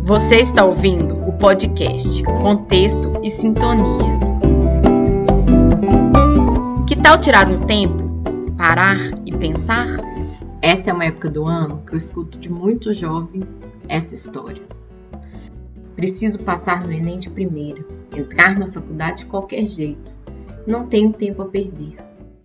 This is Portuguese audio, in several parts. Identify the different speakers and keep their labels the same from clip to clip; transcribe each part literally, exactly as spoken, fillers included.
Speaker 1: Você está ouvindo o podcast Contexto e Sintonia. Que tal tirar um tempo, parar e pensar?
Speaker 2: Essa é uma época do ano que eu escuto de muitos jovens essa história. Preciso passar no Enem de primeira, entrar na faculdade de qualquer jeito. Não tenho tempo a perder.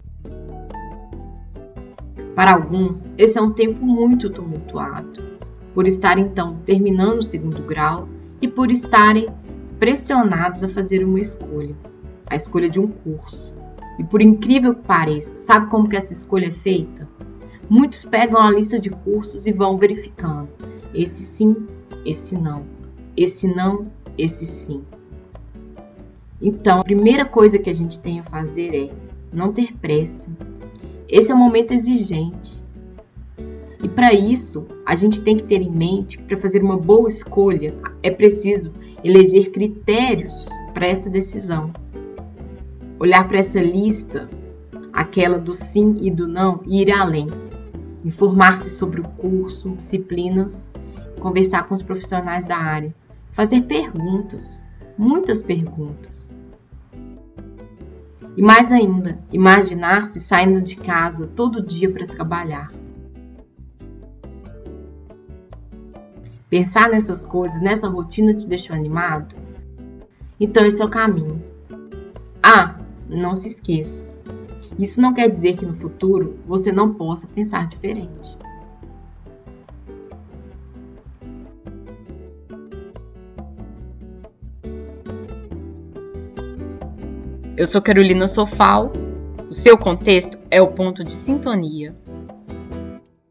Speaker 2: Para alguns, esse é um tempo muito tumultuado, por estarem então terminando o segundo grau e por estarem pressionados a fazer uma escolha, a escolha de um curso. E por incrível que pareça, sabe como que essa escolha é feita? Muitos pegam a lista de cursos e vão verificando. Esse sim, esse não. Esse não, esse sim. Então, a primeira coisa que a gente tem a fazer é não ter pressa. Esse é um momento exigente. E para isso, a gente tem que ter em mente que para fazer uma boa escolha, é preciso eleger critérios para essa decisão. Olhar para essa lista, aquela do sim e do não, e ir além. Informar-se sobre o curso, disciplinas, conversar com os profissionais da área, fazer perguntas, muitas perguntas. E mais ainda, imaginar-se saindo de casa todo dia para trabalhar. Pensar nessas coisas, nessa rotina te deixou animado? Então esse é o caminho. Ah, não se esqueça. Isso não quer dizer que no futuro você não possa pensar diferente.
Speaker 1: Eu sou Carolina Sofal, o seu contexto é o ponto de sintonia.